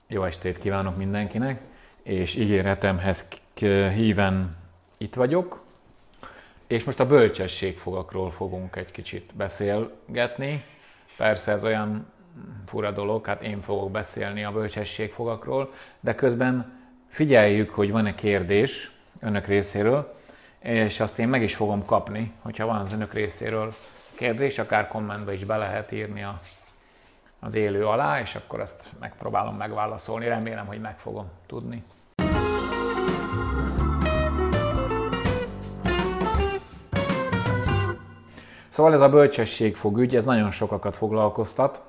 Jó estét kívánok mindenkinek, és ígéretemhez híven itt vagyok, és most a bölcsességfogakról fogunk egy kicsit beszélgetni. Persze ez olyan fura dolog, hát én fogok beszélni a bölcsességfogakról, de közben figyeljük, hogy van-e kérdés önök részéről, és azt én meg is fogom kapni, hogyha van az önök részéről kérdés, akár kommentbe is be lehet írni az élő alá, és akkor ezt megpróbálom megválaszolni. Remélem, hogy meg fogom tudni. Szóval ez a bölcsességfog ügy, ez nagyon sokakat foglalkoztat.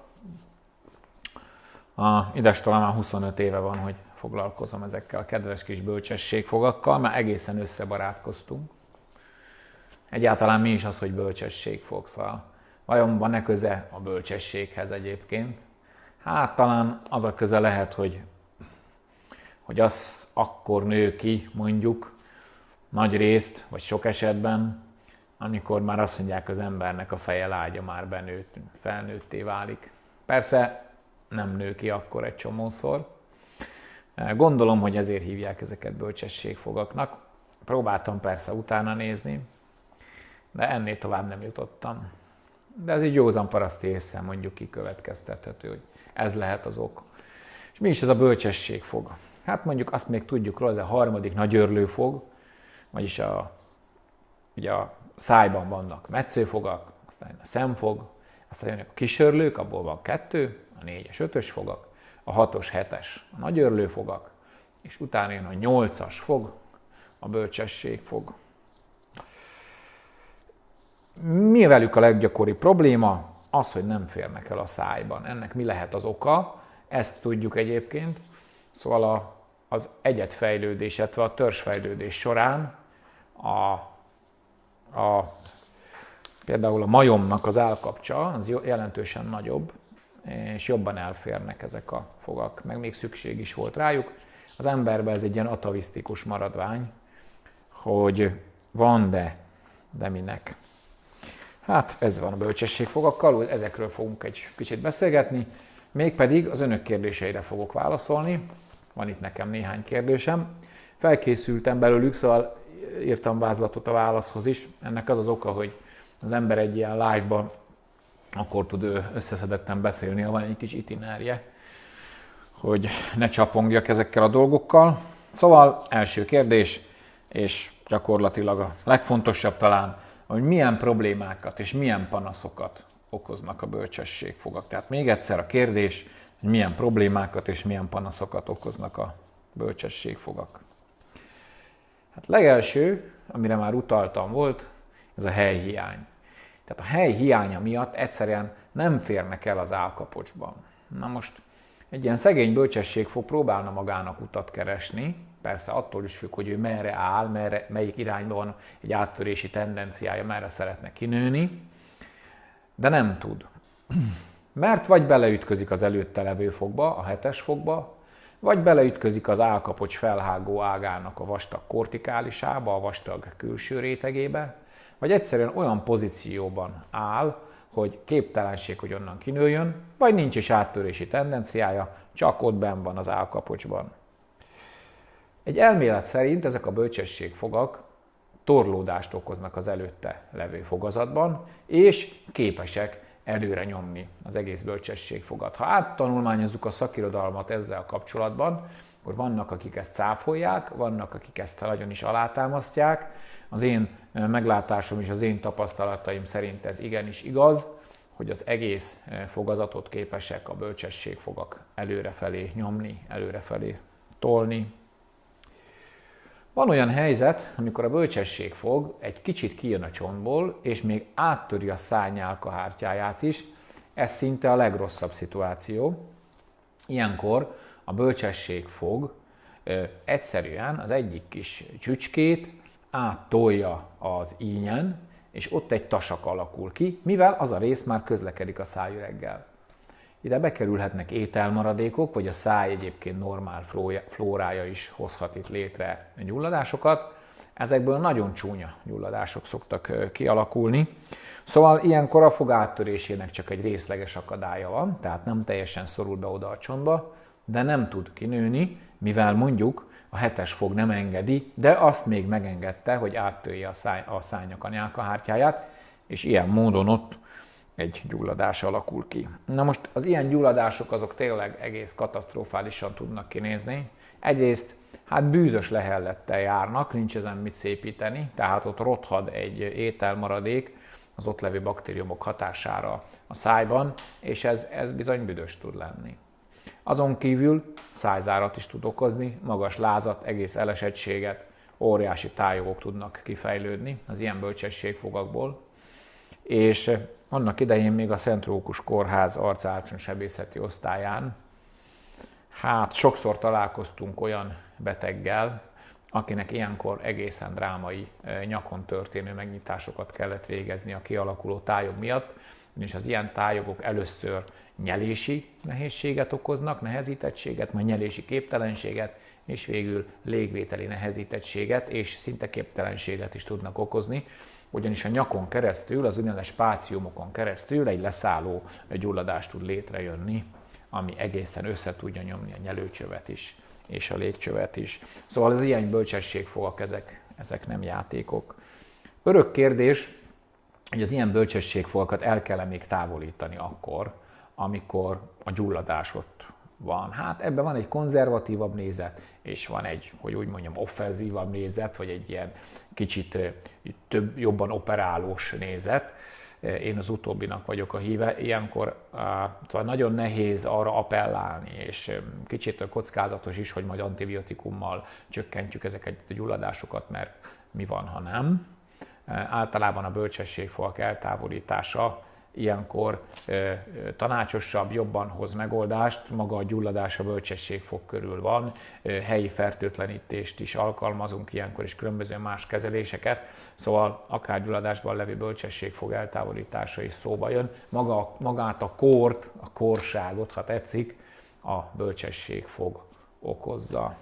Idestől már 25 éve van, hogy foglalkozom ezekkel a kedves kis bölcsességfogakkal, mert egészen összebarátkoztunk. Egyáltalán mi is az, hogy bölcsességfog, szóval vajon van-e köze a bölcsességhez egyébként? Hát talán az a köze lehet, hogy az akkor nő ki, mondjuk, nagy részt, vagy sok esetben, amikor már azt mondják, az embernek a feje lágya már benőtt, felnőtté válik. Persze nem nő ki akkor egy csomószor. Gondolom, hogy ezért hívják ezeket bölcsességfogaknak. Próbáltam persze utána nézni, de ennél tovább nem jutottam. De ez így józan paraszti ésszel mondjuk kikövetkeztethető, hogy ez lehet az ok. És mi is ez a bölcsességfog? Hát mondjuk azt még tudjuk róla, ez a harmadik nagyörlőfog, vagyis ugye a szájban vannak metszőfogak, aztán a szemfog, aztán jönnek a kisörlők, abból van 2, a 4-es, 5-ös fogak, a 6-os, 7-es a nagyörlőfogak, és utána jön a 8-as fog, a bölcsességfog. Mi velük a leggyakoribb probléma? Az, hogy nem férnek el a szájban. Ennek mi lehet az oka? Ezt tudjuk egyébként. Szóval az egyedfejlődés, illetve a törzsfejlődés során például a majomnak az állkapcsa az jelentősen nagyobb, és jobban elférnek ezek a fogak, meg még szükség is volt rájuk. Az emberben ez egy ilyen atavisztikus maradvány, hogy van, de minek. Hát ez van a bölcsességfogakkal, ezekről fogunk egy kicsit beszélgetni, mégpedig az önök kérdéseire fogok válaszolni. Van itt nekem néhány kérdésem. Felkészültem belőlük, szóval írtam vázlatot a válaszhoz is. Ennek az az oka, hogy az ember egy ilyen live-ban akkor tud összeszedetten beszélni, ha van egy kis itinerje, hogy ne csapongjak ezekkel a dolgokkal. Szóval első kérdés, és gyakorlatilag a legfontosabb talán, hogy milyen problémákat és milyen panaszokat okoznak a bölcsességfogak. Tehát még egyszer a kérdés, hogy milyen problémákat és milyen panaszokat okoznak a bölcsességfogak. Hát legelső, amire már utaltam volt, ez a helyhiány. Tehát a hely hiánya miatt egyszerűen nem férnek el az állkapocsban. Na most egy ilyen szegény bölcsességfog próbálna magának utat keresni, persze attól is függ, hogy ő merre áll, melyik irányban van egy áttörési tendenciája, merre szeretne kinőni, de nem tud. Mert vagy beleütközik az előtte levő fogba, a 7-es fogba, vagy beleütközik az állkapocs felhágó ágának a vastag kortikálisába, a vastag külső rétegébe, vagy egyszerűen olyan pozícióban áll, hogy képtelenség, hogy onnan kinőjön, vagy nincs is áttörési tendenciája, csak ott benn van az állkapocsban. Egy elmélet szerint ezek a bölcsességfogak torlódást okoznak az előtte levő fogazatban, és képesek előre nyomni az egész bölcsességfogat. Ha áttanulmányozzuk a szakirodalmat ezzel kapcsolatban, akkor vannak, akik ezt cáfolják, vannak, akik ezt nagyon is alátámasztják. Az én meglátásom és az én tapasztalataim szerint ez igenis igaz, hogy az egész fogazatot képesek a bölcsességfogak előrefelé nyomni, előrefelé tolni. Van olyan helyzet, amikor a bölcsességfog egy kicsit kijön a csontból, és még áttöri a szárnyálkahártyáját is. Ez szinte a legrosszabb szituáció. Ilyenkor a bölcsességfog egyszerűen az egyik kis csücskét áttolja az ínyen, és ott egy tasak alakul ki, mivel az a rész már közlekedik a szájüreggel. Ide bekerülhetnek ételmaradékok, vagy a száj egyébként normál flórája is hozhat itt létre gyulladásokat. Ezekből nagyon csúnya gyulladások szoktak kialakulni. Szóval ilyenkor a fog áttörésének csak egy részleges akadálya van, tehát nem teljesen szorul be oda a csontba, de nem tud kinőni, mivel mondjuk a 7-es fog nem engedi, de azt még megengedte, hogy áttölje a szárnyak a nyálkahártyáját, és ilyen módon ott egy gyulladás alakul ki. Na most az ilyen gyulladások azok tényleg egész katasztrofálisan tudnak kinézni. Egyrészt hát bűzös lehellettel járnak, nincs ezen mit szépíteni, tehát ott rothad egy ételmaradék az ott levő baktériumok hatására a szájban, és ez bizony büdös tud lenni. Azon kívül szájzárat is tud okozni, magas lázat, egész elesettséget, óriási tájogok tudnak kifejlődni az ilyen bölcsességfogakból, és annak idején még a Szent Rókus Kórház arc-általános-sebészeti osztályán hát sokszor találkoztunk olyan beteggel, akinek ilyenkor egészen drámai nyakon történő megnyitásokat kellett végezni a kialakuló tájog miatt, és az ilyen tájogok először nyelési nehézséget okoznak, nehezítettséget, majd nyelési képtelenséget, és végül légvételi nehezítettséget és szinte képtelenséget is tudnak okozni, ugyanis a nyakon keresztül, az úgynevezett spáciumokon keresztül egy leszálló gyulladás tud létrejönni, ami egészen össze tudja nyomni a nyelőcsövet is, és a légcsövet is. Szóval az ilyen bölcsességfogak, ezek nem játékok. Örök kérdés, hogy az ilyen bölcsességfogakat el kell még távolítani akkor, amikor a gyulladás ott van. Hát ebben van egy konzervatívabb nézet, és van egy, hogy úgy mondjam, offenzívabb nézet, vagy egy ilyen kicsit jobban operálós nézet. Én az utóbbinak vagyok a híve. Ilyenkor nagyon nehéz arra appellálni, és kicsit kockázatos is, hogy majd antibiotikummal csökkentjük ezeket a gyulladásokat, mert mi van, ha nem. Általában a bölcsességfogak eltávolítása ilyenkor tanácsosabb, jobban hoz megoldást, maga a gyulladás a bölcsességfog körül van, helyi fertőtlenítést is alkalmazunk ilyenkor, és különböző más kezeléseket, szóval akár gyulladásban levő bölcsességfog eltávolítása is szóba jön. Magát a kórt, a kórságot, ha tetszik, a bölcsességfog okozza.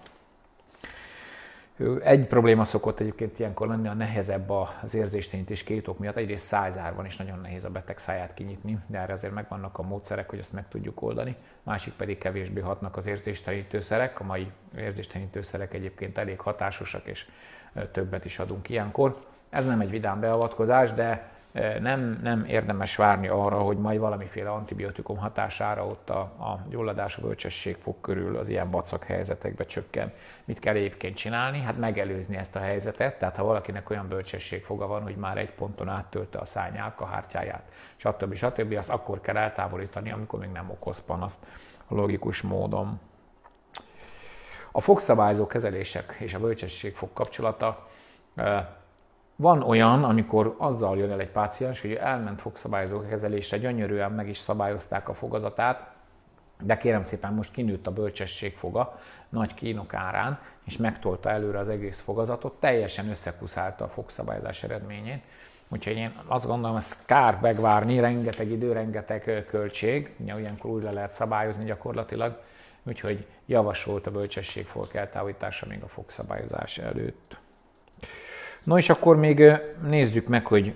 Egy probléma szokott egyébként ilyenkor lenni, a nehezebb az érzéstelenítés két ok miatt. Egyrészt szájzárban is nagyon nehéz a beteg száját kinyitni, de erre azért megvannak a módszerek, hogy ezt meg tudjuk oldani. Másik pedig kevésbé hatnak az érzéstelenítőszerek. A mai érzéstelenítőszerek egyébként elég hatásosak, és többet is adunk ilyenkor. Ez nem egy vidám beavatkozás, de nem érdemes várni arra, hogy majd valamiféle antibiotikum hatására ott a gyulladás a bölcsességfog körül az ilyen vacak helyzetekbe csökken. Mit kell egyébként csinálni? Hát megelőzni ezt a helyzetet, tehát ha valakinek olyan bölcsességfoga van, hogy már egy ponton áttölte a szárnyálkahártyáját, stb. Azt akkor kell eltávolítani, amikor még nem okoz panaszt logikus módon. A fogszabályzó kezelések és a bölcsességfog kapcsolata. Van olyan, amikor azzal jön el egy páciens, hogy elment fogszabályozó kezelésre, gyönyörűen meg is szabályozták a fogazatát, de kérem szépen most kinőtt a bölcsességfoga nagy kínok árán, és megtolta előre az egész fogazatot, teljesen összekuszálta a fogszabályozás eredményét. Úgyhogy én azt gondolom, ezt kár megvárni, rengeteg idő, rengeteg költség, ilyenkor újra lehet szabályozni gyakorlatilag, úgyhogy javasolt a bölcsességfog eltávolítása még a fogszabályozás előtt. No és akkor még nézzük meg, hogy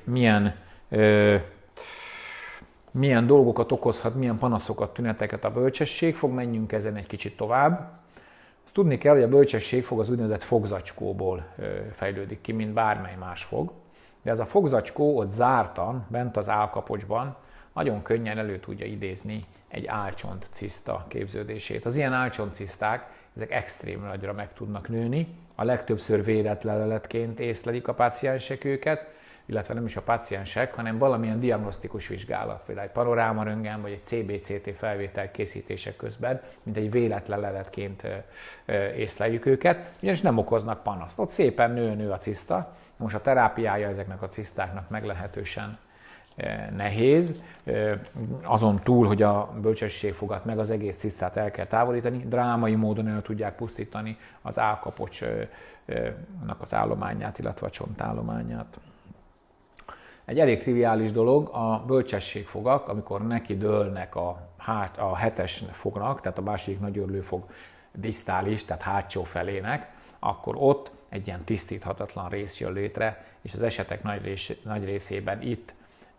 milyen dolgokat okozhat, milyen panaszokat, tüneteket a bölcsességfog, menjünk ezen egy kicsit tovább. Azt tudni kell, hogy a bölcsességfog az úgynevezett fogzacskóból fejlődik ki, mint bármely más fog. De ez a fogzacskó ott zártan, bent az állkapocsban nagyon könnyen elő tudja idézni egy álcsontciszta képződését. Az ilyen álcsontciszták, ezek extrém nagyra meg tudnak nőni, a legtöbbször véletlen leletként észlelik a páciensek őket, illetve nem is a páciensek, hanem valamilyen diagnosztikus vizsgálat, például egy panorámaröntgen vagy egy CBCT felvétel készítése közben, mint egy véletlen leletként észleljük őket, ugyanis nem okoznak panaszt. Ott szépen nő a ciszta, most a terápiája ezeknek a cisztáknak meglehetősen nehéz, azon túl, hogy a bölcsességfogat meg az egész cisztát el kell távolítani, drámai módon el tudják pusztítani az állkapocsnak az állományát, illetve a csontállományát. Egy elég triviális dolog, a bölcsességfogak, amikor neki dőlnek a hetes fognak, tehát a második nagyőrlőfog disztális, tehát hátsó felének, akkor ott egy ilyen tisztíthatatlan rész jön létre, és az esetek nagy részében itt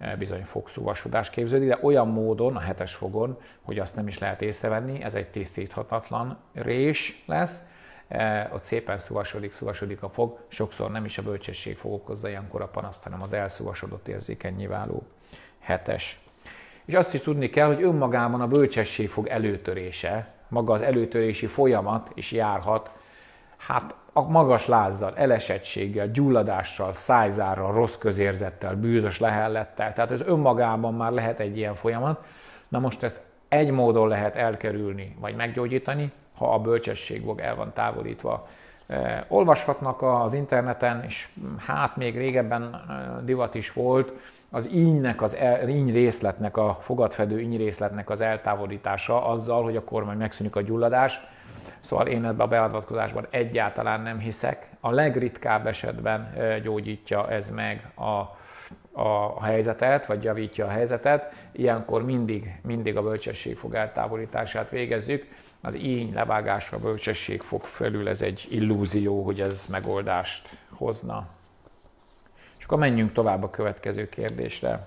bizony fogszúvasodás képződik, de olyan módon, a 7-es fogon, hogy azt nem is lehet észrevenni, ez egy tisztíthatatlan rés lesz, ott szépen szúvasodik a fog, sokszor nem is a bölcsesség fog okozza ilyenkor a panaszt, hanem az elszúvasodott érzékennyé váló 7-es. És azt is tudni kell, hogy önmagában a bölcsesség fog előtörése, maga az előtörési folyamat is járhat, hát a magas lázzal, elesettséggel, gyulladással, szájzárral, rossz közérzettel, bűzös lehellettel. Tehát ez önmagában már lehet egy ilyen folyamat. Na most ezt egy módon lehet elkerülni, vagy meggyógyítani, ha a bölcsesség fog el van távolítva. Olvashatnak az interneten, és hát még régebben divat is volt, az íny részletnek, a fogatfedő íny részletnek az eltávolítása azzal, hogy akkor majd megszűnik a gyulladás. Szóval én ebben a beavatkozásban egyáltalán nem hiszek. A legritkább esetben gyógyítja ez meg a helyzetet, vagy javítja a helyzetet. Ilyenkor mindig a bölcsesség fog eltávolítását végezzük. Az íny levágásra a bölcsesség fog felül, ez egy illúzió, hogy ez megoldást hozna. És akkor menjünk tovább a következő kérdésre.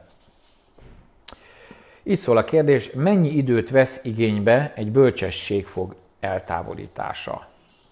Így szól a kérdés, mennyi időt vesz igénybe egy bölcsességfog eltávolítása?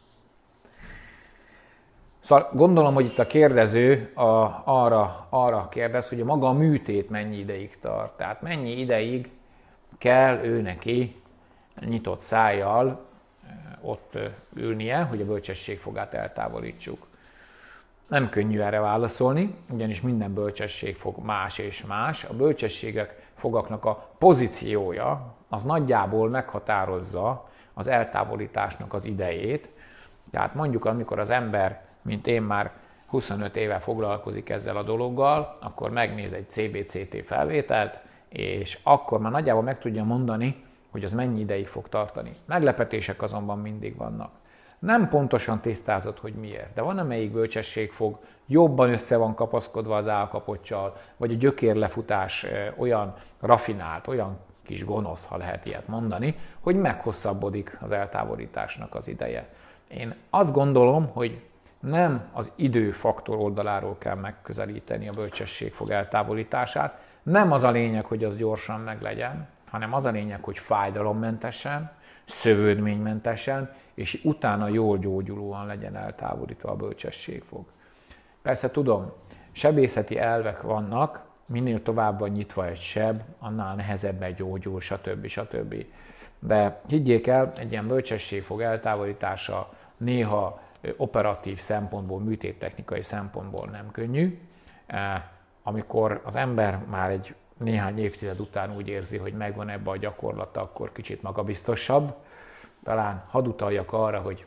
Szóval gondolom, hogy itt a kérdező arra kérdez, hogy maga a műtét mennyi ideig tart. Tehát mennyi ideig kell ő neki nyitott szájjal ott ülnie, hogy a bölcsességfogát eltávolítsuk. Nem könnyű erre válaszolni, ugyanis minden bölcsességfog más és más. A fogaknak a pozíciója az nagyjából meghatározza az eltávolításnak az idejét. Tehát mondjuk, amikor az ember, mint én már 25 éve foglalkozik ezzel a dologgal, akkor megnéz egy CBCT felvételt, és akkor már nagyjából meg tudja mondani, hogy az mennyi ideig fog tartani. Meglepetések azonban mindig vannak. Nem pontosan tisztázott, hogy miért, de van amelyik bölcsességfog jobban össze van kapaszkodva az állkapottcsal, vagy a gyökérlefutás olyan rafinált, olyan kis gonosz, ha lehet ilyet mondani, hogy meghosszabbodik az eltávolításnak az ideje. Én azt gondolom, hogy nem az időfaktor oldaláról kell megközelíteni a bölcsességfog eltávolítását, nem az a lényeg, hogy az gyorsan meglegyen, hanem az a lényeg, hogy fájdalommentesen, szövődménymentesen, és utána jól gyógyulóan legyen eltávolítva a bölcsességfog. Persze tudom, sebészeti elvek vannak, minél tovább van nyitva egy seb, annál nehezebben gyógyul, stb. De higgyék el, egy ilyen bölcsességfog eltávolítása néha operatív szempontból, műtéttechnikai szempontból nem könnyű. Amikor az ember már egy néhány évtized után úgy érzi, hogy megvan ebbe a gyakorlata, akkor kicsit magabiztosabb. Talán hadd utaljak arra, hogy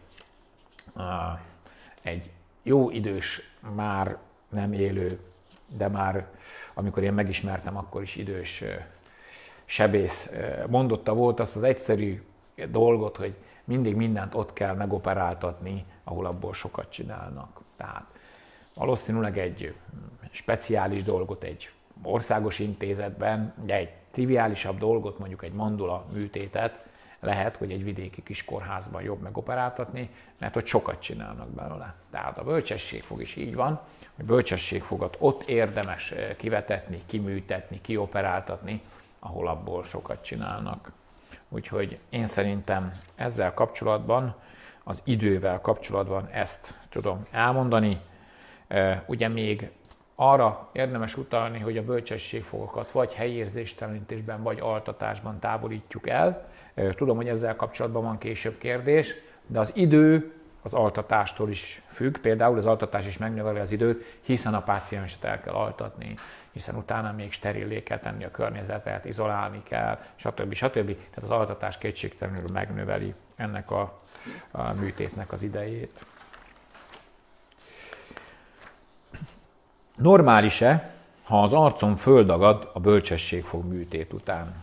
egy jó idős, már nem élő, de már amikor én megismertem, akkor is idős sebész mondotta volt azt az egyszerű dolgot, hogy mindig mindent ott kell megoperáltatni, ahol abból sokat csinálnak. Tehát valószínűleg egy speciális dolgot egy országos intézetben, de egy triviálisabb dolgot, mondjuk egy mandula műtétet lehet, hogy egy vidéki kis kórházban jobb megoperáltatni, mert ott sokat csinálnak belőle. Tehát a bölcsességfog is így van, hogy bölcsességfogat ott érdemes kivetetni, kiműtetni, kioperáltatni, ahol abból sokat csinálnak. Úgyhogy én szerintem ezzel kapcsolatban, az idővel kapcsolatban ezt tudom elmondani. Ugye még arra érdemes utalni, hogy a bölcsességfogakat vagy helyérzéstelenítésben, vagy altatásban távolítjuk el. Tudom, hogy ezzel kapcsolatban van később kérdés, de az idő az altatástól is függ. Például az altatás is megnöveli az időt, hiszen a pácienset el kell altatni, hiszen utána még sterillé kell tenni a környezetet, izolálni kell, stb. Tehát az altatás kétségtelenül megnöveli ennek a műtétnek az idejét. Normális-e, ha az arcom földagad a bölcsességfog műtét után?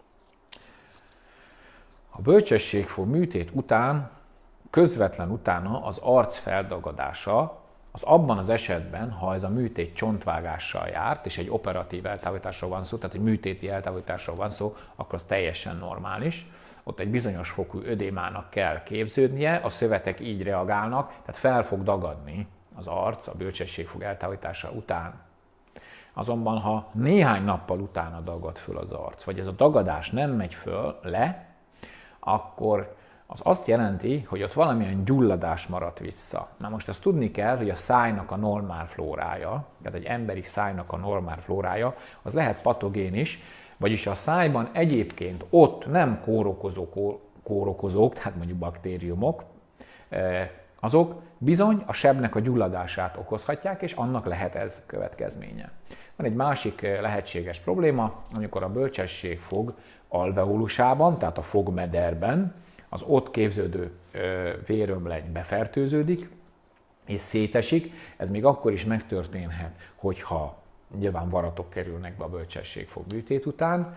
A bölcsességfog műtét után, közvetlen utána az arc feldagadása, az abban az esetben, ha ez a műtét csontvágással járt, és egy operatív eltávolításról van szó, tehát egy műtéti eltávolításról van szó, akkor az teljesen normális. Ott egy bizonyos fokú ödémának kell képződnie, a szövetek így reagálnak, tehát fel fog dagadni az arc a bölcsességfog eltávolítása után. Azonban, ha néhány nappal utána dagad föl az arc, vagy ez a dagadás nem megy föl le, akkor az azt jelenti, hogy ott valamilyen gyulladás maradt vissza. Na most azt tudni kell, hogy a szájnak a normál flórája, tehát egy emberi szájnak a normál flórája, az lehet patogén is, vagyis a szájban egyébként ott nem kórokozók, tehát mondjuk baktériumok, azok bizony a sebnek a gyulladását okozhatják, és annak lehet ez következménye. Van egy másik lehetséges probléma, amikor a bölcsességfog alveolusában, tehát a fogmederben, az ott képződő vérömleny befertőződik, és szétesik. Ez még akkor is megtörténhet, hogyha nyilván varatok kerülnek be a bölcsességfog műtét után.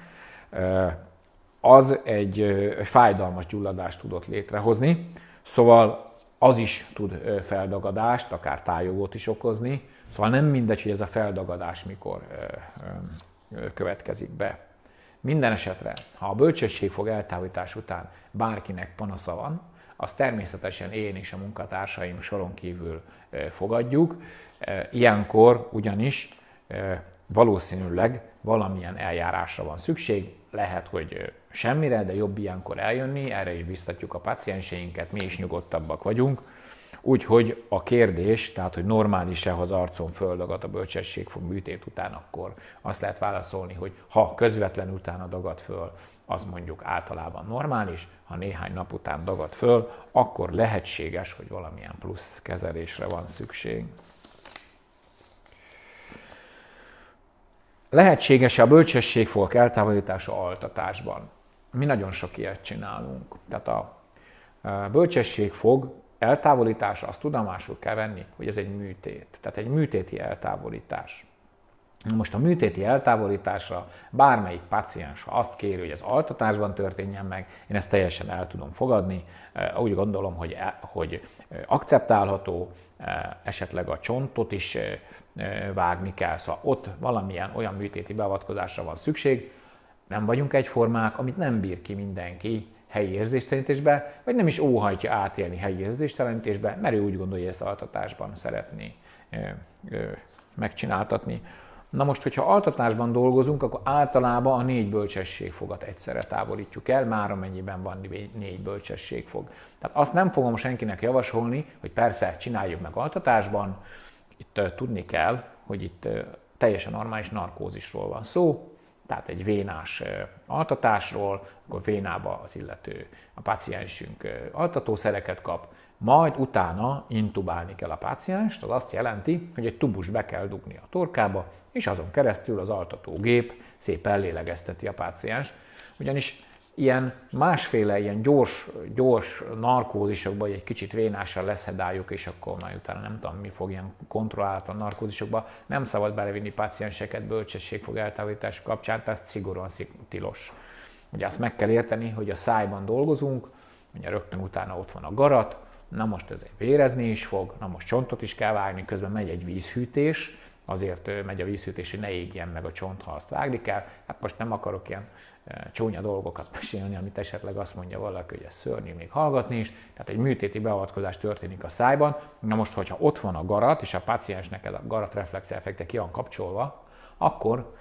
Az egy fájdalmas gyulladást tudott létrehozni, szóval az is tud feldagadást, akár tájogót is okozni, szóval nem mindegy, hogy ez a feldagadás mikor következik be. Minden esetre, ha a bölcsességfog eltávolítás után bárkinek panasza van, azt természetesen én és a munkatársaim soron kívül fogadjuk. Ilyenkor ugyanis valószínűleg valamilyen eljárásra van szükség, lehet, hogy semmire, de jobb ilyenkor eljönni, erre is biztatjuk a pácienseinket, mi is nyugodtabbak vagyunk. Úgyhogy a kérdés, tehát hogy normális-e, ha az arcon földagad a bölcsességfog műtét után, akkor azt lehet válaszolni, hogy ha közvetlenül utána dagad föl, az mondjuk általában normális, ha néhány nap után dagad föl, akkor lehetséges, hogy valamilyen plusz kezelésre van szükség. Lehetséges a bölcsességfogak eltávolítása altatásban. Mi nagyon sok ilyet csinálunk. Tehát a bölcsességfog eltávolítása, azt tudomásul kell venni, hogy ez egy műtét. Tehát egy műtéti eltávolítás. Most a műtéti eltávolításra bármelyik páciens, ha azt kéri, hogy az altatásban történjen meg, én ezt teljesen el tudom fogadni. Úgy gondolom, hogy akceptálható, esetleg a csontot is vágni kell, szóval ott valamilyen olyan műtéti beavatkozásra van szükség. Nem vagyunk egyformák, amit nem bír ki mindenki helyi érzéstelenítésbe, vagy nem is óhajtja átélni helyi érzéstelenítésbe, mert ő úgy gondolja, hogy ezt altatásban szeretné megcsináltatni. Na most, hogyha altatásban dolgozunk, akkor általában a 4 bölcsességfogat egyszerre távolítjuk el, már amennyiben van 4 bölcsességfog. Tehát azt nem fogom senkinek javasolni, hogy persze csináljuk meg altatásban. Itt tudni kell, hogy itt teljesen normális narkózisról van szó, tehát egy vénás altatásról, akkor vénába az illető, a páciensünk altatószereket kap, majd utána intubálni kell a pácienst, az azt jelenti, hogy egy tubust be kell dugni a torkába, és azon keresztül az altatógép szépen ellélegezteti a pácienst. Ugyanis ilyen másféle, ilyen gyors narkózisokban, egy kicsit vénással leszedáljuk, és akkor már utána nem tudom, mi fog ilyen kontrollálatlan narkózisokba, nem szabad belevinni pácienseket bölcsességfog eltávolítás kapcsán, tehát szigorúan tilos. Ugye azt meg kell érteni, hogy a szájban dolgozunk, ugye rögtön utána ott van a garat, na most ez vérezni is fog, na most csontot is kell vágni, közben megy egy vízhűtés, azért megy a vízhűtés, hogy ne égjen meg a csont, ha azt vágni kell. Hát most nem akarok ilyen csúnya dolgokat mesélni, amit esetleg azt mondja valaki, hogy ez szörnyű még hallgatni is. Tehát egy műtéti beavatkozás történik a szájban. Na most, hogyha ott van a garat, és a páciensnek ez a garatreflex effekte ki van kapcsolva, akkor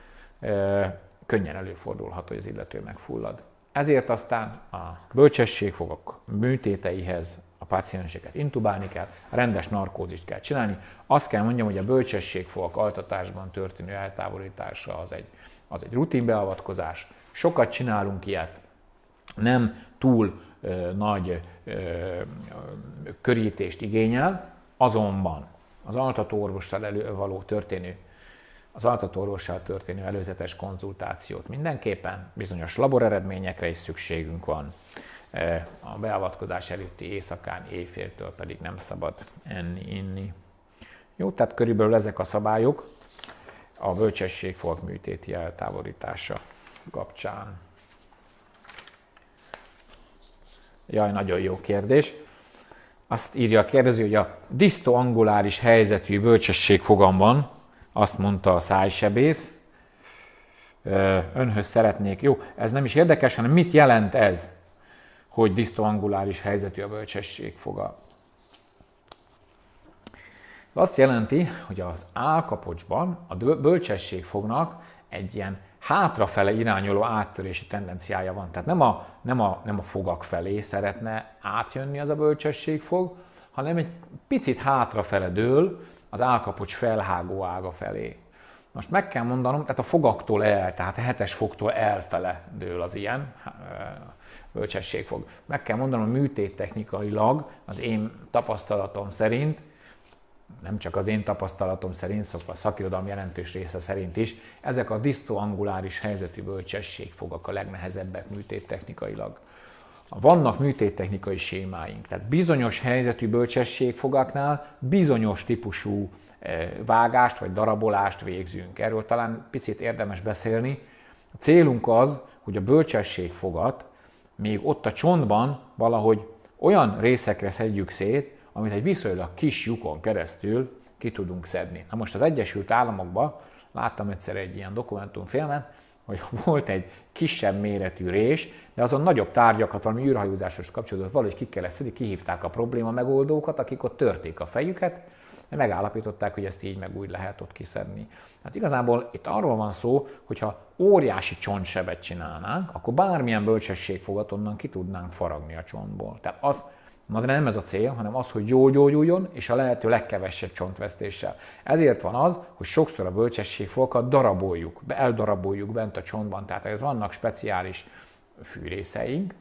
könnyen előfordulhat, hogy az illető megfullad. Ezért aztán a bölcsességfogak műtéteihez a pácienseket intubálni kell, rendes narkózist kell csinálni. Azt kell mondjam, hogy a bölcsességfogak altatásban történő eltávolítása az egy rutinbeavatkozás. Sokat csinálunk ilyet, nem túl nagy körítést igényel, azonban az altatóorvossal történő előzetes konzultációt mindenképpen, bizonyos laboreredményekre is szükségünk van. A beavatkozás előtti éjszakán, éjféltől pedig nem szabad enni, inni. Jó, tehát körülbelül ezek a szabályok a bölcsességfog műtéti eltávolítása kapcsán. Jaj, nagyon jó kérdés. Azt írja a kérdező, hogy a disztoanguláris helyzetű bölcsességfogam van, azt mondta a szájsebész. Önhöz szeretnék. Jó, ez nem is érdekes, hanem mit jelent ez, hogy disztoanguláris helyzetű a bölcsességfoga? Azt jelenti, hogy az állkapocsban a bölcsességfognak egy ilyen hátrafele irányuló áttörési tendenciája van. Tehát nem a fogak felé szeretne átjönni az a bölcsességfog, hanem egy picit hátrafele dől az állkapocs felhágó ága felé. Most meg kell mondanom, tehát a fogaktól tehát a 7-es fogtól elfele dől az ilyen bölcsességfog. Meg kell mondanom, műtéttechnikailag az én tapasztalatom szerint, nem csak az én tapasztalatom szerint, szóval a szakirodalom jelentős része szerint is, ezek a diszcoanguláris helyzetű bölcsességfogak a legnehezebbek műtéttechnikailag. Vannak műtéttechnikai sémáink, tehát bizonyos helyzetű bölcsességfogaknál bizonyos típusú vágást vagy darabolást végzünk. Erről talán picit érdemes beszélni. A célunk az, hogy a bölcsességfogat még ott a csontban valahogy olyan részekre szedjük szét, amit egy viszonylag kis lyukon keresztül ki tudunk szedni. Na most az Egyesült Államokban láttam egyszer egy ilyen dokumentumfilmet, hogy volt egy kisebb méretű rés, de azon nagyobb tárgyakat, valami űrhajózáshoz kapcsolódott, valahogy ki kellett szedni, kihívták a probléma megoldókat, akik ott törték a fejüket, de megállapították, hogy ezt így meg úgy lehet ott kiszedni. Hát igazából itt arról van szó, hogyha óriási csontsebet csinálnánk, akkor bármilyen bölcsességfogat onnan ki tudnánk faragni a csontból. Tehát az, de nem ez a cél, hanem az, hogy jól gyógyuljon, és a lehető legkevesebb csontvesztéssel. Ezért van az, hogy sokszor a bölcsességfogakat daraboljuk, eldaraboljuk bent a csontban, tehát ez vannak speciális fűrészeink,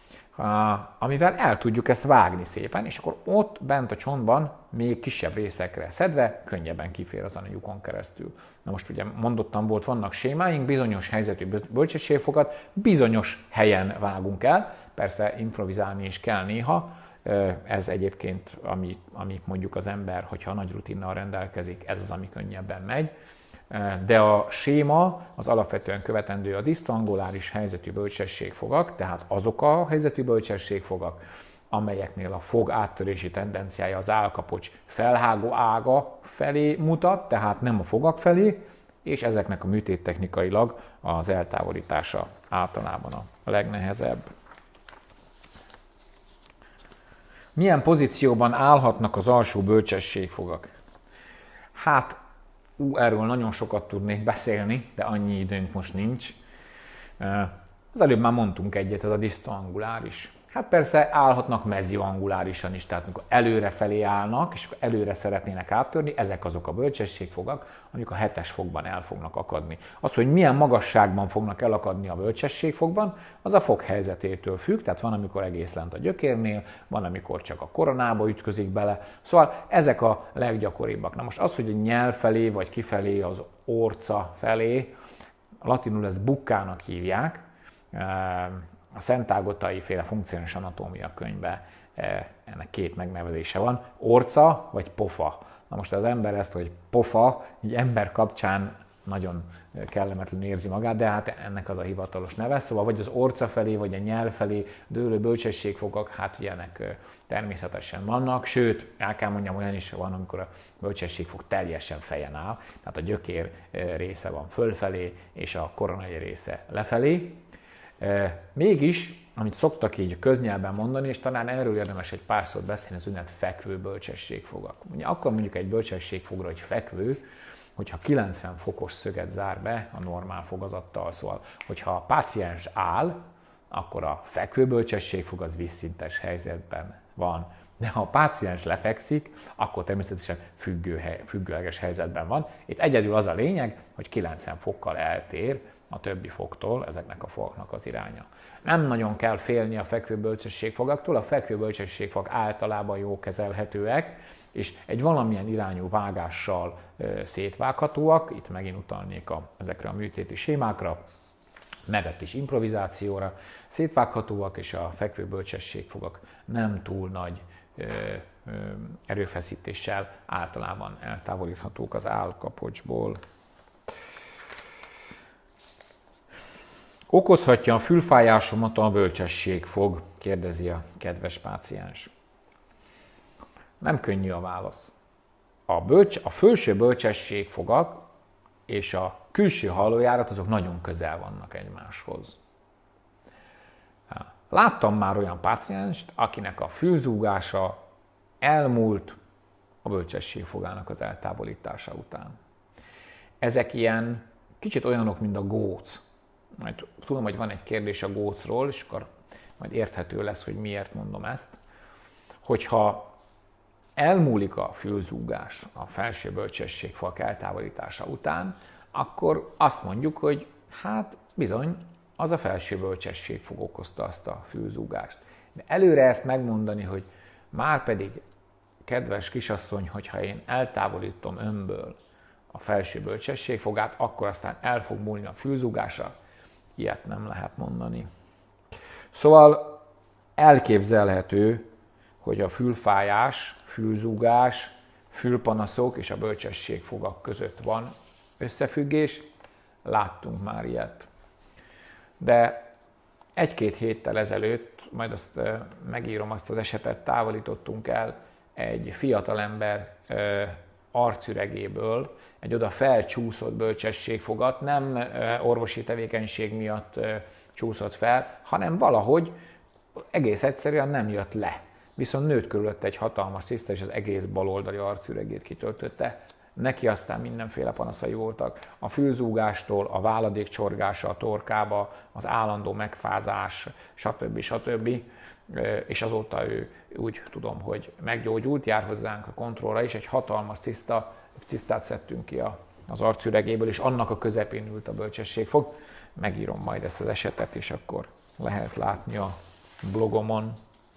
amivel el tudjuk ezt vágni szépen, és akkor ott bent a csontban még kisebb részekre szedve könnyebben kifér az anyagukon keresztül. Na most ugye mondottam, vannak sémáink, bizonyos helyzetű bölcsességfogat bizonyos helyen vágunk el, persze improvizálni is kell néha, ez egyébként, ami mondjuk az ember, hogyha nagy rutinnal rendelkezik, ez az, ami könnyebben megy. De a séma az alapvetően követendő a disztoanguláris helyzetű bölcsességfogak, tehát azok a helyzetű bölcsességfogak, amelyeknél a fog áttörési tendenciája az állkapocs felhágó ága felé mutat, tehát nem a fogak felé, és ezeknek a műtéttechnikailag az eltávolítása általában a legnehezebb. Milyen pozícióban állhatnak az alsó bölcsességfogak? Hát, erről nagyon sokat tudnék beszélni, de annyi időnk most nincs. Az előbb már mondtunk egyet, ez a disztoanguláris. Hát persze állhatnak mezioangulárisan is, tehát amikor előre felé állnak, és előre szeretnének áttörni, ezek azok a bölcsességfogak, amik a 7-es fogban el fognak akadni. Az, hogy milyen magasságban fognak elakadni a bölcsességfogban, az a fog helyzetétől függ, tehát van, amikor egész lent a gyökérnél, van, amikor csak a koronába ütközik bele. Szóval ezek a leggyakoribbak. Na most az, hogy a nyelv felé, vagy kifelé, az orca felé, latinul ezt bukkának hívják, a Szent Ágotai féle funkcionális anatómia könyvben ennek két megnevezése van, orca vagy pofa. Na most az ember ezt, hogy pofa, így ember kapcsán nagyon kellemetlenül érzi magát, de hát ennek az a hivatalos neve, szóval vagy az orca felé, vagy a nyelv felé dőlő bölcsességfogak, hát ilyenek természetesen vannak, sőt, el kell mondjam, olyan is van, amikor a bölcsességfog teljesen fejen áll, tehát a gyökér része van fölfelé, és a koronai része lefelé. Mégis, amit szoktak így köznyelben mondani, és talán erről érdemes egy pár szót beszélni, az úgynevezett fekvő bölcsességfogak. Akkor mondjuk egy bölcsességfogra, hogy fekvő, hogyha 90 fokos szöget zár be a normál fogazattal, szóval, hogyha a páciens áll, akkor a fekvő bölcsességfog az vízszintes helyzetben van. De ha a páciens lefekszik, akkor természetesen függőleges helyzetben van. Itt egyedül az a lényeg, hogy 90 fokkal eltér a többi fogtól, ezeknek a fogaknak az iránya. Nem nagyon kell félni a fekvő bölcsességfogaktól, a fekvő bölcsességfogak általában jó kezelhetőek, és egy valamilyen irányú vágással szétvághatóak, itt megint utalnék ezekre a műtéti sémákra, meg egy kis improvizációra, szétvághatóak, és a fekvő bölcsességfogak nem túl nagy erőfeszítéssel általában eltávolíthatók az állkapocsból. Okozhatja a fülfájásomat a bölcsességfog? Kérdezi a kedves páciens. Nem könnyű a válasz. A felső bölcsességfogak és a külső hallójárat azok nagyon közel vannak egymáshoz. Láttam már olyan pácienst, akinek a fülzúgása elmúlt a bölcsesség fogának az eltávolítása után. Ezek ilyen kicsit olyanok, mint a góc. Majd tudom, hogy van egy kérdés a gócról, és akkor majd érthető lesz, hogy miért mondom ezt. Hogyha elmúlik a fülzúgás a felső bölcsességfalk eltávolítása után, akkor azt mondjuk, hogy hát bizony, az a felső bölcsességfog okozta azt a fülzúgást. De előre ezt megmondani, hogy már pedig, kedves kisasszony, hogyha én eltávolítom önből a felső bölcsességfogát, akkor aztán el fog múlni a fülzúgása, ilyet nem lehet mondani. Szóval elképzelhető, hogy a fülfájás, fülzúgás, fülpanaszok és a bölcsességfogak között van összefüggés, láttunk már ilyet. De egy-két héttel ezelőtt, majd azt megírom, azt az esetet távolítottunk el egy fiatalember arcüregéből, egy oda felcsúszott bölcsességfogat, nem orvosi tevékenység miatt csúszott fel, hanem valahogy egész egyszerűen nem jött le. Viszont nőtt körülött egy hatalmas ciszta, és az egész baloldali arcüregét kitöltötte. Neki aztán mindenféle panaszai voltak. A fülzúgástól, a váladék csorgása a torkába, az állandó megfázás, stb. És azóta ő úgy tudom, hogy meggyógyult, jár hozzánk a kontrollra is, egy hatalmas cisztát szedtünk ki az arcüregéből, és annak a közepén ült a bölcsességfog. Megírom majd ezt az esetet, és akkor lehet látni a blogomon.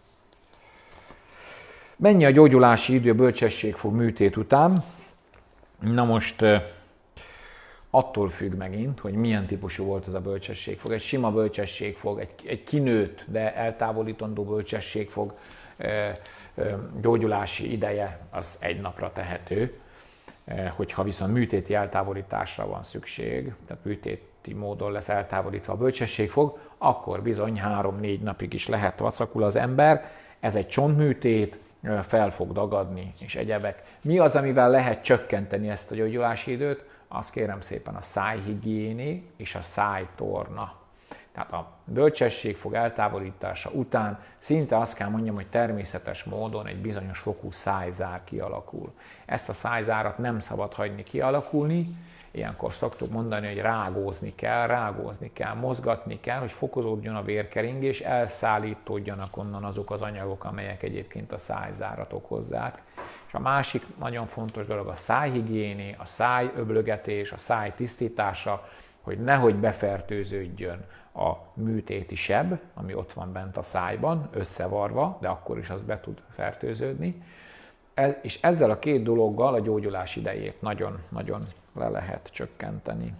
Mennyi a gyógyulási idő a bölcsességfog műtét után? Na most attól függ megint, hogy milyen típusú volt az a bölcsességfog. Egy sima bölcsességfog, egy kinőtt, de eltávolítandó bölcsességfog gyógyulási ideje az egy napra tehető. Hogyha viszont műtéti eltávolításra van szükség, tehát műtéti módon lesz eltávolítva a bölcsességfog, akkor bizony 3-4 napig is lehet vacakul az ember. Ez egy csontműtét, fel fog dagadni, és egyebek. Mi az, amivel lehet csökkenteni ezt a gyógyulási időt? Azt kérem szépen a szájhigiéné és a szájtorna. Tehát a bölcsességfog eltávolítása után szinte azt kell mondjam, hogy természetes módon egy bizonyos fokú szájzár kialakul. Ezt a szájzárat nem szabad hagyni kialakulni, ilyenkor szoktuk mondani, hogy rágózni kell, mozgatni kell, hogy fokozódjon a vérkeringés, elszállítódjanak onnan azok az anyagok, amelyek egyébként a szájzárat okozzák. És a másik nagyon fontos dolog a szájhigiéné, a szájöblögetés, a száj tisztítása, hogy nehogy befertőződjön a műtéti seb, ami ott van bent a szájban, összevarva, de akkor is az be tud fertőződni. És ezzel a két dologgal a gyógyulás idejét nagyon-nagyon le lehet csökkenteni.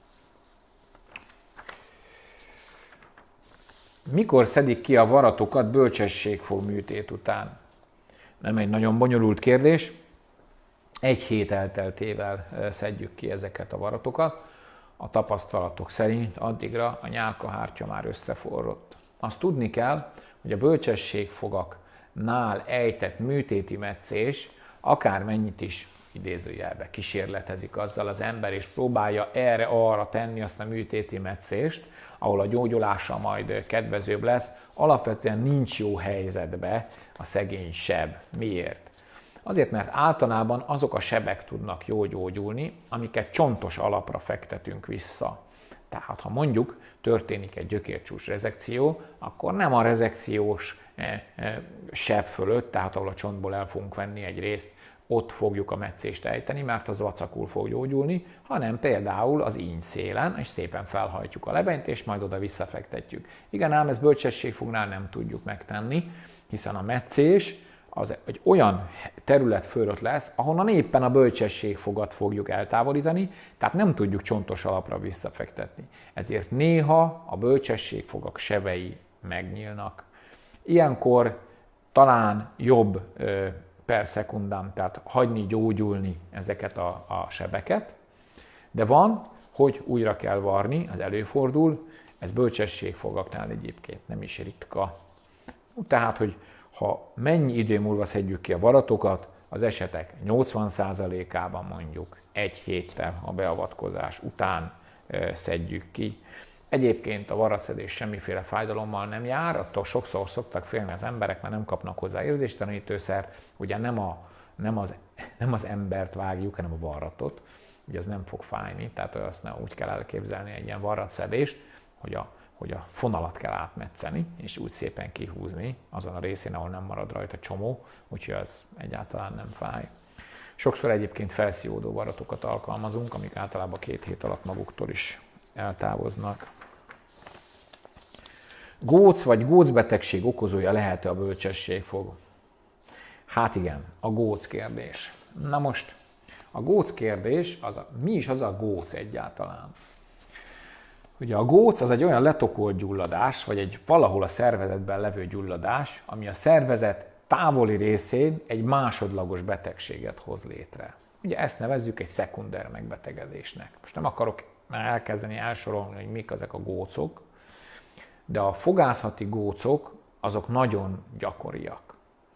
Mikor szedik ki a varatokat bölcsességfog műtét után? Nem egy nagyon bonyolult kérdés. 1 hét elteltével szedjük ki ezeket a varatokat. A tapasztalatok szerint addigra a nyálkahártya már összeforrott. Azt tudni kell, hogy a bölcsességfogaknál ejtett műtéti metszés akármennyit is idézőjelbe kísérletezik azzal az ember, és próbálja erre-arra tenni azt a műtéti metszést, ahol a gyógyulása majd kedvezőbb lesz, alapvetően nincs jó helyzetbe a szegény seb. Miért? Azért, mert általában azok a sebek tudnak jól gyógyulni, amiket csontos alapra fektetünk vissza. Tehát ha mondjuk történik egy gyökércsúcs rezekció, akkor nem a rezekciós seb fölött, tehát ahol a csontból el fogunk venni egy részt, ott fogjuk a metszést ejteni, mert az vacakul fog gyógyulni, hanem például az íny szélen, és szépen felhajtjuk a lebenyt, és majd oda visszafektetjük. Igen, ám ezt bölcsességfognál nem tudjuk megtenni, hiszen a metszés az egy olyan terület fölött lesz, ahonnan éppen a bölcsességfogat fogjuk eltávolítani, tehát nem tudjuk csontos alapra visszafektetni. Ezért néha a bölcsességfogak sebei megnyílnak. Ilyenkor talán jobb per szekundám, tehát hagyni gyógyulni ezeket a sebeket, de van, hogy újra kell varni, az előfordul, ez bölcsességfogaknál egyébként nem is ritka. Tehát, hogy ha mennyi idő múlva szedjük ki a varatokat, az esetek 80%-ában mondjuk 1 héttel a beavatkozás után szedjük ki. Egyébként a varratszedés semmiféle fájdalommal nem jár, attól sokszor szoktak félni az emberek, mert nem kapnak hozzá érzéstelenítőszert, ugye nem az embert vágjuk, hanem a varratot. Ugye ez nem fog fájni, tehát azt nem úgy kell elképzelni egy ilyen varratszedést, hogy a fonalat kell átmetszeni, és úgy szépen kihúzni azon a részén, ahol nem marad rajta csomó, úgyhogy az egyáltalán nem fáj. Sokszor egyébként felszívódó varratokat alkalmazunk, amik általában 2 hét alatt maguktól is eltávoznak. Góc vagy gócbetegség okozója lehet-e a bölcsességfog? Hát igen, a góc kérdés. Na most, a góc kérdés, mi is az a góc egyáltalán? Ugye a góc az egy olyan letokolt gyulladás, vagy egy valahol a szervezetben levő gyulladás, ami a szervezet távoli részén egy másodlagos betegséget hoz létre. Ugye ezt nevezzük egy szekunder megbetegedésnek. Most nem akarok elkezdeni elsorolni, hogy mik ezek a gócok, de a fogászati gócok azok nagyon gyakoriak.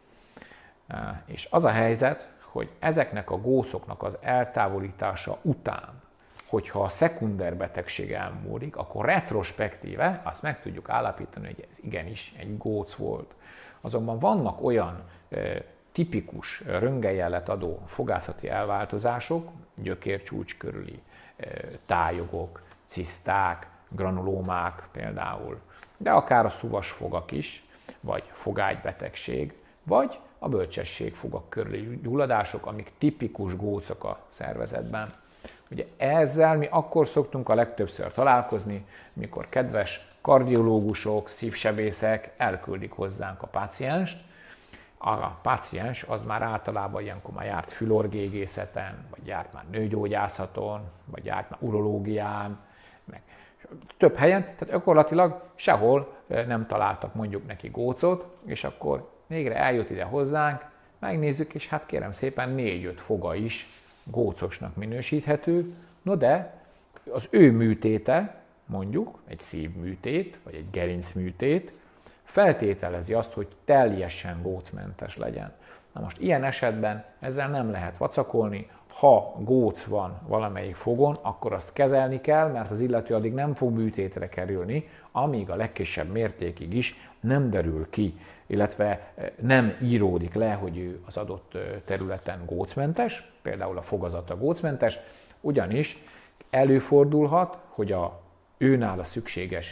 És az a helyzet, hogy ezeknek a gócoknak az eltávolítása után, hogyha a szekunder betegség elmúlik, akkor retrospektíve azt meg tudjuk állapítani, hogy ez igenis egy góc volt. Azonban vannak olyan tipikus röntgenjelet adó fogászati elváltozások, gyökércsúcs körüli tájogok, ciszták, granulómák például, de akár a szuvasfogak is, vagy fogágybetegség, vagy a bölcsességfogak körüli gyulladások, amik tipikus gócok a szervezetben. Ugye ezzel mi akkor szoktunk a legtöbbször találkozni, mikor kedves kardiológusok, szívsebészek elküldik hozzánk a pácienst. A páciens az már általában ilyenkor már járt fülorgégészeten, vagy járt már nőgyógyászaton, vagy járt már urológián, meg több helyen, tehát gyakorlatilag sehol nem találtak mondjuk neki gócot, és akkor végre eljött ide hozzánk, megnézzük, és hát kérem szépen 4-5 foga is gócosnak minősíthető, no de az ő műtéte, mondjuk egy szívműtét, vagy egy gerincműtét, feltételezi azt, hogy teljesen gócmentes legyen. Na most ilyen esetben ezzel nem lehet vacakolni, ha góc van valamelyik fogon, akkor azt kezelni kell, mert az illető addig nem fog műtétre kerülni, amíg a legkisebb mértékig is nem derül ki, illetve nem íródik le, hogy ő az adott területen gócmentes, például a fogazata gócmentes, ugyanis előfordulhat, hogy a őnála szükséges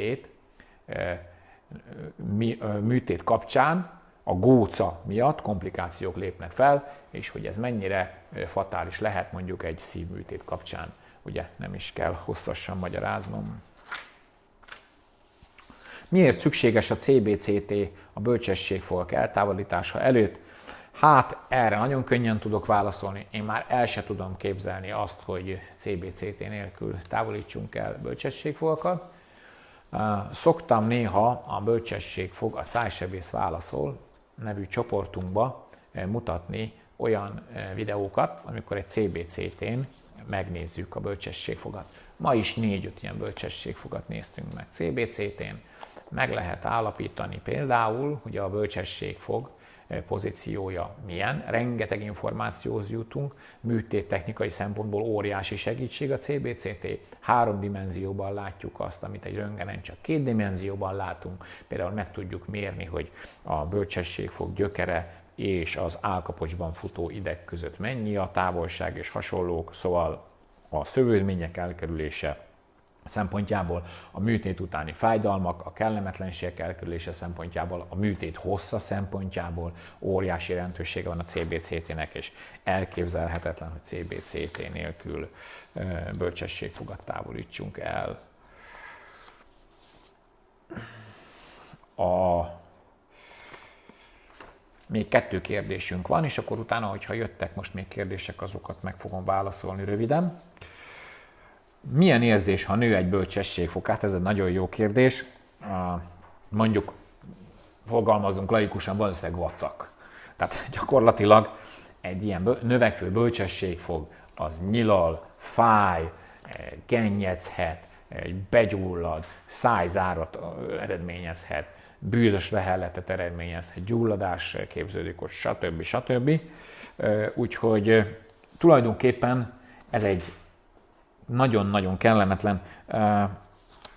műtét kapcsán a góca miatt komplikációk lépnek fel, és hogy ez mennyire fatális lehet mondjuk egy szívműtét kapcsán, ugye nem is kell hosszasan magyaráznom. Miért szükséges a CBCT a bölcsességfogak eltávolítása előtt? Hát erre nagyon könnyen tudok válaszolni, én már el se tudom képzelni azt, hogy CBCT nélkül távolítsunk el bölcsességfogakat. Szoktam néha a Bölcsességfog, a Szájsebész válaszol nevű csoportunkba mutatni olyan videókat, amikor egy CBCT-n megnézzük a bölcsességfogat. Ma is 4-5 ilyen bölcsességfogat néztünk meg CBCT-n. Meg lehet állapítani például, hogy a bölcsességfog pozíciója milyen, rengeteg információhoz jutunk, műtéttechnikai szempontból óriási segítség a CBCT, 3 dimenzióban látjuk azt, amit egy röntgenen csak 2 dimenzióban látunk, például meg tudjuk mérni, hogy a bölcsességfog gyökere és az állkapocsban futó ideg között mennyi a távolság és hasonlók, szóval a szövődmények elkerülése szempontjából, a műtét utáni fájdalmak, a kellemetlenségek elkerülése szempontjából, a műtét hossza szempontjából óriási jelentősége van a CBCT-nek, és elképzelhetetlen, hogy CBCT nélkül bölcsességfogat távolítsunk el. Még 2 kérdésünk van, és akkor utána, hogyha jöttek most még kérdések, azokat meg fogom válaszolni röviden. Milyen érzés, ha nő egy bölcsességfog? Hát ez egy nagyon jó kérdés. Mondjuk fogalmazunk laikikusan, valószínűleg vacak. Tehát gyakorlatilag egy ilyen növekvő bölcsességfog az nyilal, fáj, gennyechet, begyullad, szájzárat eredményezhet, bűzös lehelletet eredményezhet, gyulladás képződik ott, stb. Úgyhogy tulajdonképpen ez egy nagyon-nagyon kellemetlen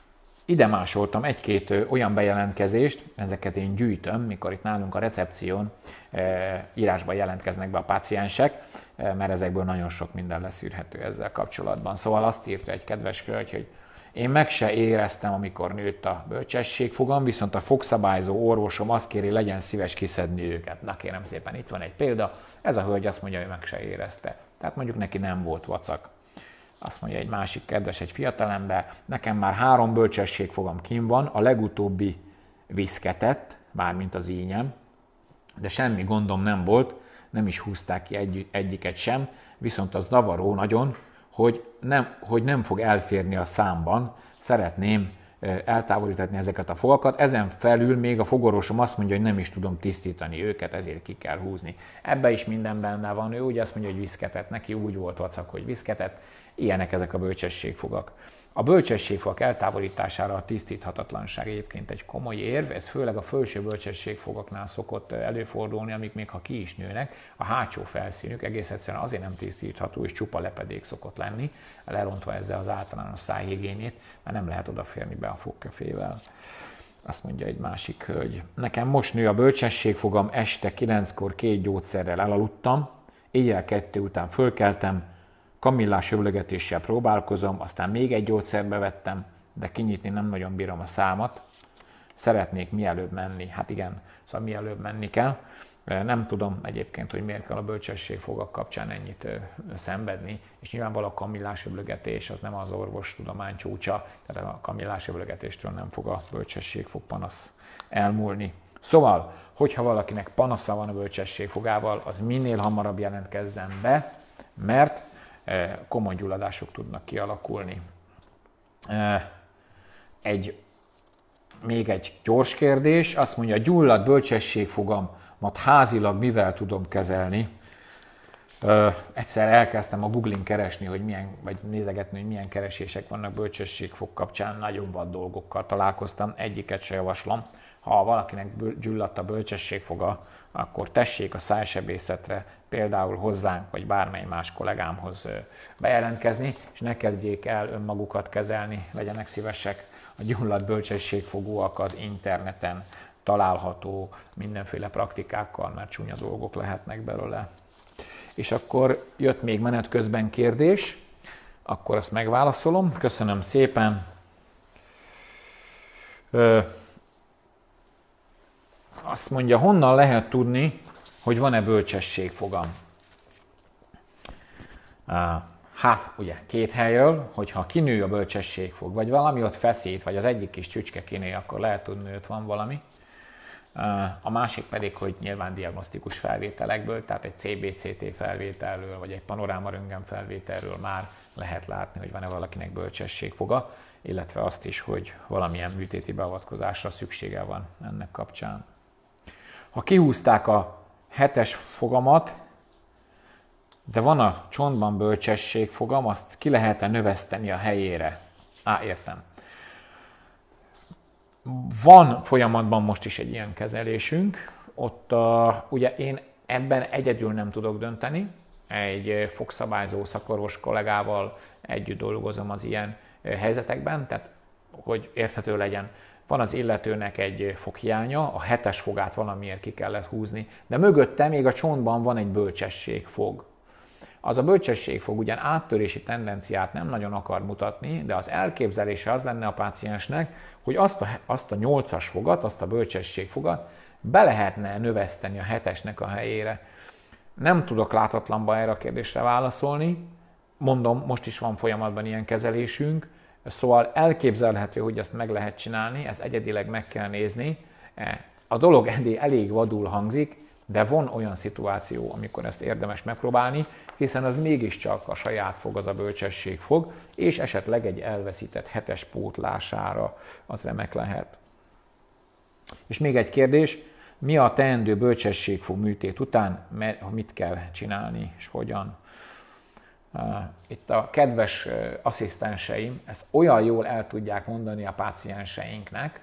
ide másoltam egy-két olyan bejelentkezést, ezeket én gyűjtöm, mikor itt nálunk a recepción írásban jelentkeznek be a páciensek, mert ezekből nagyon sok minden leszűrhető ezzel kapcsolatban. Szóval azt írta egy kedves hölgy, hogy én meg se éreztem, amikor nőtt a bölcsességfogam, viszont a fogszabályzó orvosom azt kéri, legyen szíves kiszedni őket. Na kérem szépen, itt van egy példa, ez a hölgy azt mondja, hogy meg se érezte. Tehát mondjuk neki nem volt vacak. Azt mondja egy másik kedves, egy fiatalember, nekem már 3 bölcsességfogam kint van, a legutóbbi viszketett, mármint az ínyem, de semmi gondom nem volt, nem is húzták ki egyiket sem, viszont az zavaró nagyon, hogy nem fog elférni a számban, szeretném eltávolítani ezeket a fogakat, ezen felül még a fogorvosom azt mondja, hogy nem is tudom tisztítani őket, ezért ki kell húzni. Ebbe is minden benne van, ő ugye azt mondja, hogy viszketett, neki úgy volt vacak, hogy viszketett, ilyenek ezek a bölcsességfogak. A bölcsességfogak eltávolítására a tisztíthatatlanság egyébként egy komoly érv, ez főleg a felső bölcsességfogaknál szokott előfordulni, amik még ha ki is nőnek, a hátsó felszínük egész egyszerűen azért nem tisztítható, és csupa lepedék szokott lenni, lerontva ezzel az általános szájhigiénét, mert nem lehet odaférni be a fogköfével. Azt mondja egy másik hölgy. Nekem most nő a bölcsességfogam, este 9-kor 2 gyógyszerrel elaludtam, éjjel 2 után fölkeltem, kamillás öblögetéssel próbálkozom, aztán még egy gyógyszert bevettem, de kinyitni nem nagyon bírom a számat. Szeretnék mielőbb menni. Hát igen, szóval mielőbb menni kell. Nem tudom egyébként, hogy miért kell a bölcsességfogak kapcsán ennyit szenvedni, és nyilvánvalóan a kamillás öblögetés az nem az orvostudomány csúcsa, tehát a kamillás öblögetéstől nem fog a bölcsességfog panasz elmúlni. Szóval, hogyha valakinek panasza van a bölcsességfogával, az minél hamarabb jelentkezzen be, mert komoly gyulladások tudnak kialakulni. Még egy gyors kérdés, azt mondja, a gyulladt bölcsességfogamat házilag mivel tudom kezelni? Egyszer elkezdtem a Google-in keresni, vagy nézegetni, hogy milyen keresések vannak bölcsességfog kapcsán, nagyon vad dolgokkal találkoztam, egyiket se javaslom. Ha valakinek gyulladt a bölcsességfoga, akkor tessék a szájsebészetre, például hozzánk, vagy bármely más kollégámhoz bejelentkezni, és ne kezdjék el önmagukat kezelni, legyenek szívesek. A gyulladt bölcsességfogóak az interneten található mindenféle praktikákkal, mert csúnya dolgok lehetnek belőle. És akkor jött még menet közben kérdés, akkor azt megválaszolom. Köszönöm szépen. Azt mondja, honnan lehet tudni, hogy van-e bölcsességfogam? Hát, ugye, 2 helyről, hogyha kinő a bölcsességfog, vagy valami ott feszít, vagy az egyik kis csücske kinő, akkor lehet tudni, hogy ott van valami. A másik pedig, hogy nyilván diagnosztikus felvételekből, tehát egy CBCT felvételről, vagy egy panorámaröntgen felvételről már lehet látni, hogy van-e valakinek bölcsességfoga, illetve azt is, hogy valamilyen műtéti beavatkozásra szüksége van ennek kapcsán. Ha kihúzták a 7-es fogamat, de van a csontban bölcsességfogam, azt ki lehet-e növeszteni a helyére? Értem. Van folyamatban most is egy ilyen kezelésünk, ott ugye én ebben egyedül nem tudok dönteni, egy fogszabályzó szakorvos kollégával együtt dolgozom az ilyen helyzetekben, tehát hogy érthető legyen, van az illetőnek egy foghiánya, a 7-es fogát valamiért ki kellett húzni, de mögötte még a csontban van egy bölcsességfog. Az a bölcsességfog ugyan áttörési tendenciát nem nagyon akar mutatni, de az elképzelése az lenne a páciensnek, hogy azt a 8-as fogat, azt a bölcsességfogat be lehetne növeszteni a 7-esnek a helyére. Nem tudok látatlanban erre a kérdésre válaszolni, mondom, most is van folyamatban ilyen kezelésünk, szóval elképzelhető, hogy ezt meg lehet csinálni, ezt egyedileg meg kell nézni. A dolog elég vadul hangzik, de van olyan szituáció, amikor ezt érdemes megpróbálni, hiszen az mégiscsak a saját fog, az a bölcsességfog, és esetleg egy elveszített 7-es pótlására az remek lehet. És még egy kérdés, mi a teendő bölcsességfog műtét után, mit kell csinálni, és hogyan? Itt a kedves asszisztenseim ezt olyan jól el tudják mondani a pácienseinknek,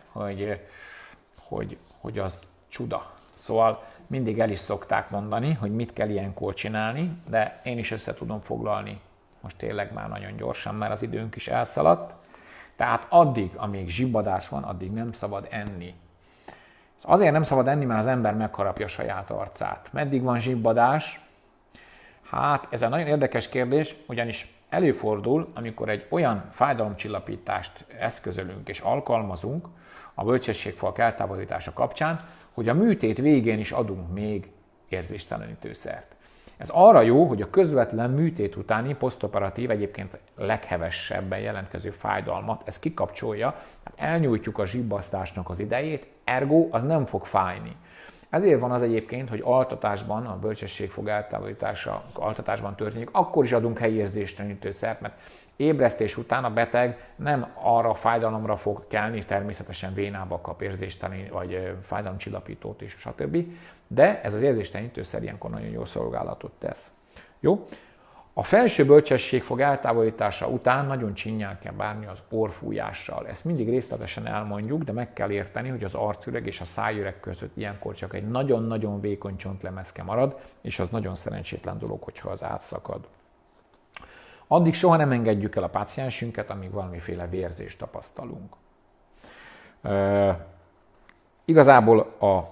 hogy az csuda. Szóval mindig el is szokták mondani, hogy mit kell ilyenkor csinálni, de én is össze tudom foglalni most tényleg már nagyon gyorsan, mert az időnk is elszaladt. Tehát addig, amíg zsibbadás van, addig nem szabad enni. Azért nem szabad enni, mert az ember megharapja saját arcát. Meddig van zsibbadás? Hát ez egy nagyon érdekes kérdés, ugyanis előfordul, amikor egy olyan fájdalomcsillapítást eszközölünk és alkalmazunk a bölcsességfalk eltávolítása kapcsán, hogy a műtét végén is adunk még érzéstelenítőszert. Ez arra jó, hogy a közvetlen műtét utáni posztoperatív, egyébként leghevesebben jelentkező fájdalmat, ez kikapcsolja, tehát elnyújtjuk a zsibbasztásnak az idejét, ergo az nem fog fájni. Ezért van az egyébként, hogy altatásban, a bölcsességfog eltávolítása altatásban történik, akkor is adunk helyi érzéstelenítőszert, mert ébresztés után a beteg nem arra a fájdalomra fog kelni, természetesen vénába kap érzéstelen vagy fájdalomcsillapítót is, stb. De ez az érzéstelenítőszer ilyenkor nagyon jó szolgálatot tesz. Jó? A felső bölcsességfog eltávolítása után nagyon csinyán kell bánni az orrfújással. Ezt mindig részletesen elmondjuk, de meg kell érteni, hogy az arcüreg és a szájüreg között ilyenkor csak egy nagyon-nagyon vékony csontlemezke marad, és az nagyon szerencsétlen dolog, hogyha az átszakad. Addig soha nem engedjük el a páciensünket, amíg valamiféle vérzést tapasztalunk. Igazából a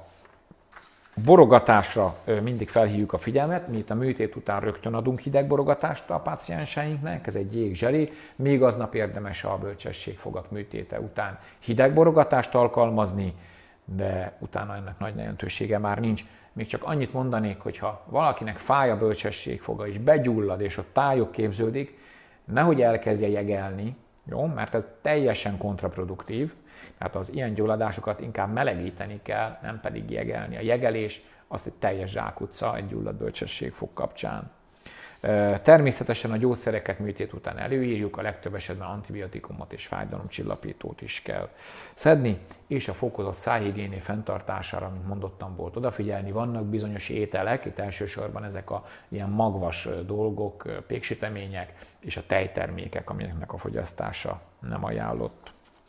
borogatásra mindig felhívjuk a figyelmet, mi itt a műtét után rögtön adunk hideg borogatást a pácienseinknek, ez egy jégzselé, még aznap érdemes a bölcsességfogak műtéte után hideg borogatást alkalmazni, de utána ennek nagy jelentősége már nincs. Még csak annyit mondanék, hogy ha valakinek fáj a bölcsességfoga és begyullad és ott tályog képződik, nehogy elkezdje jegelni, jó? Mert ez teljesen kontraproduktív, tehát az ilyen gyulladásokat inkább melegíteni kell, nem pedig jegelni. A jegelés az egy teljes zsákutca egy gyulladt bölcsességfog kapcsán. Természetesen a gyógyszereket műtét után előírjuk, a legtöbb esetben antibiotikumot és fájdalomcsillapítót is kell szedni, és a fokozott szájhigiéné fenntartására, mint mondottam, volt odafigyelni. Vannak bizonyos ételek, itt elsősorban ezek a ilyen magvas dolgok, péksütemények és a tejtermékek, amineknek a fogyasztása nem ajánlott.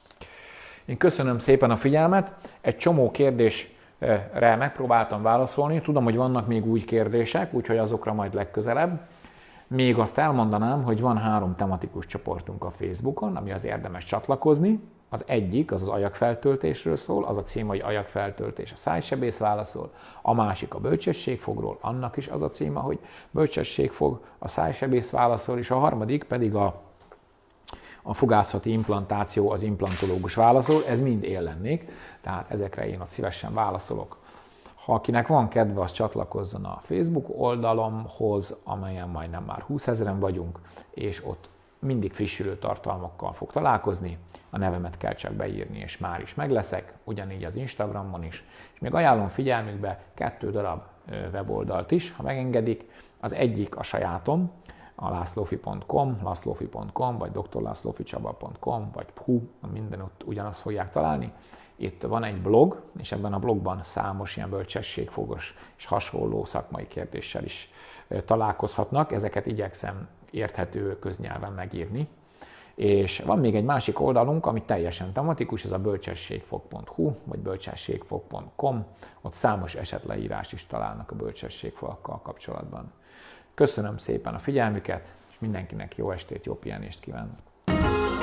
Én köszönöm szépen a figyelmet, egy csomó kérdésre megpróbáltam válaszolni, tudom, hogy vannak még új kérdések, úgyhogy azokra majd legközelebb. Még azt elmondanám, hogy van 3 tematikus csoportunk a Facebookon, ami az érdemes csatlakozni. Az egyik, az az ajakfeltöltésről szól, az a cím, hogy ajakfeltöltés, a szájsebész válaszol. A másik a bölcsességfogról, annak is az a címe, hogy bölcsességfog, a szájsebész válaszol, és a harmadik pedig a fogászati implantáció, az implantológus válaszol, ez mind én lennék, tehát ezekre én ott szívesen válaszolok. Ha akinek van kedve, az csatlakozzon a Facebook oldalomhoz, amelyen majdnem már 20 000-en vagyunk, és ott mindig frissülő tartalmakkal fog találkozni. A nevemet kell csak beírni, és már is megleszek, ugyanígy az Instagramon is. És még ajánlom figyelmükbe 2 darab weboldalt is, ha megengedik. Az egyik a sajátom, a laszlofi.com, vagy drlaszloficsaba.com, vagy minden ott ugyanazt fogják találni. Itt van egy blog, és ebben a blogban számos ilyen bölcsességfogos és hasonló szakmai kérdéssel is találkozhatnak. Ezeket igyekszem érthető köznyelven megírni. És van még egy másik oldalunk, ami teljesen tematikus, ez a bölcsességfog.hu, vagy bölcsességfog.com. Ott számos esetleírást is találnak a bölcsességfogakkal kapcsolatban. Köszönöm szépen a figyelmüket, és mindenkinek jó estét, jó pihenést kívánok!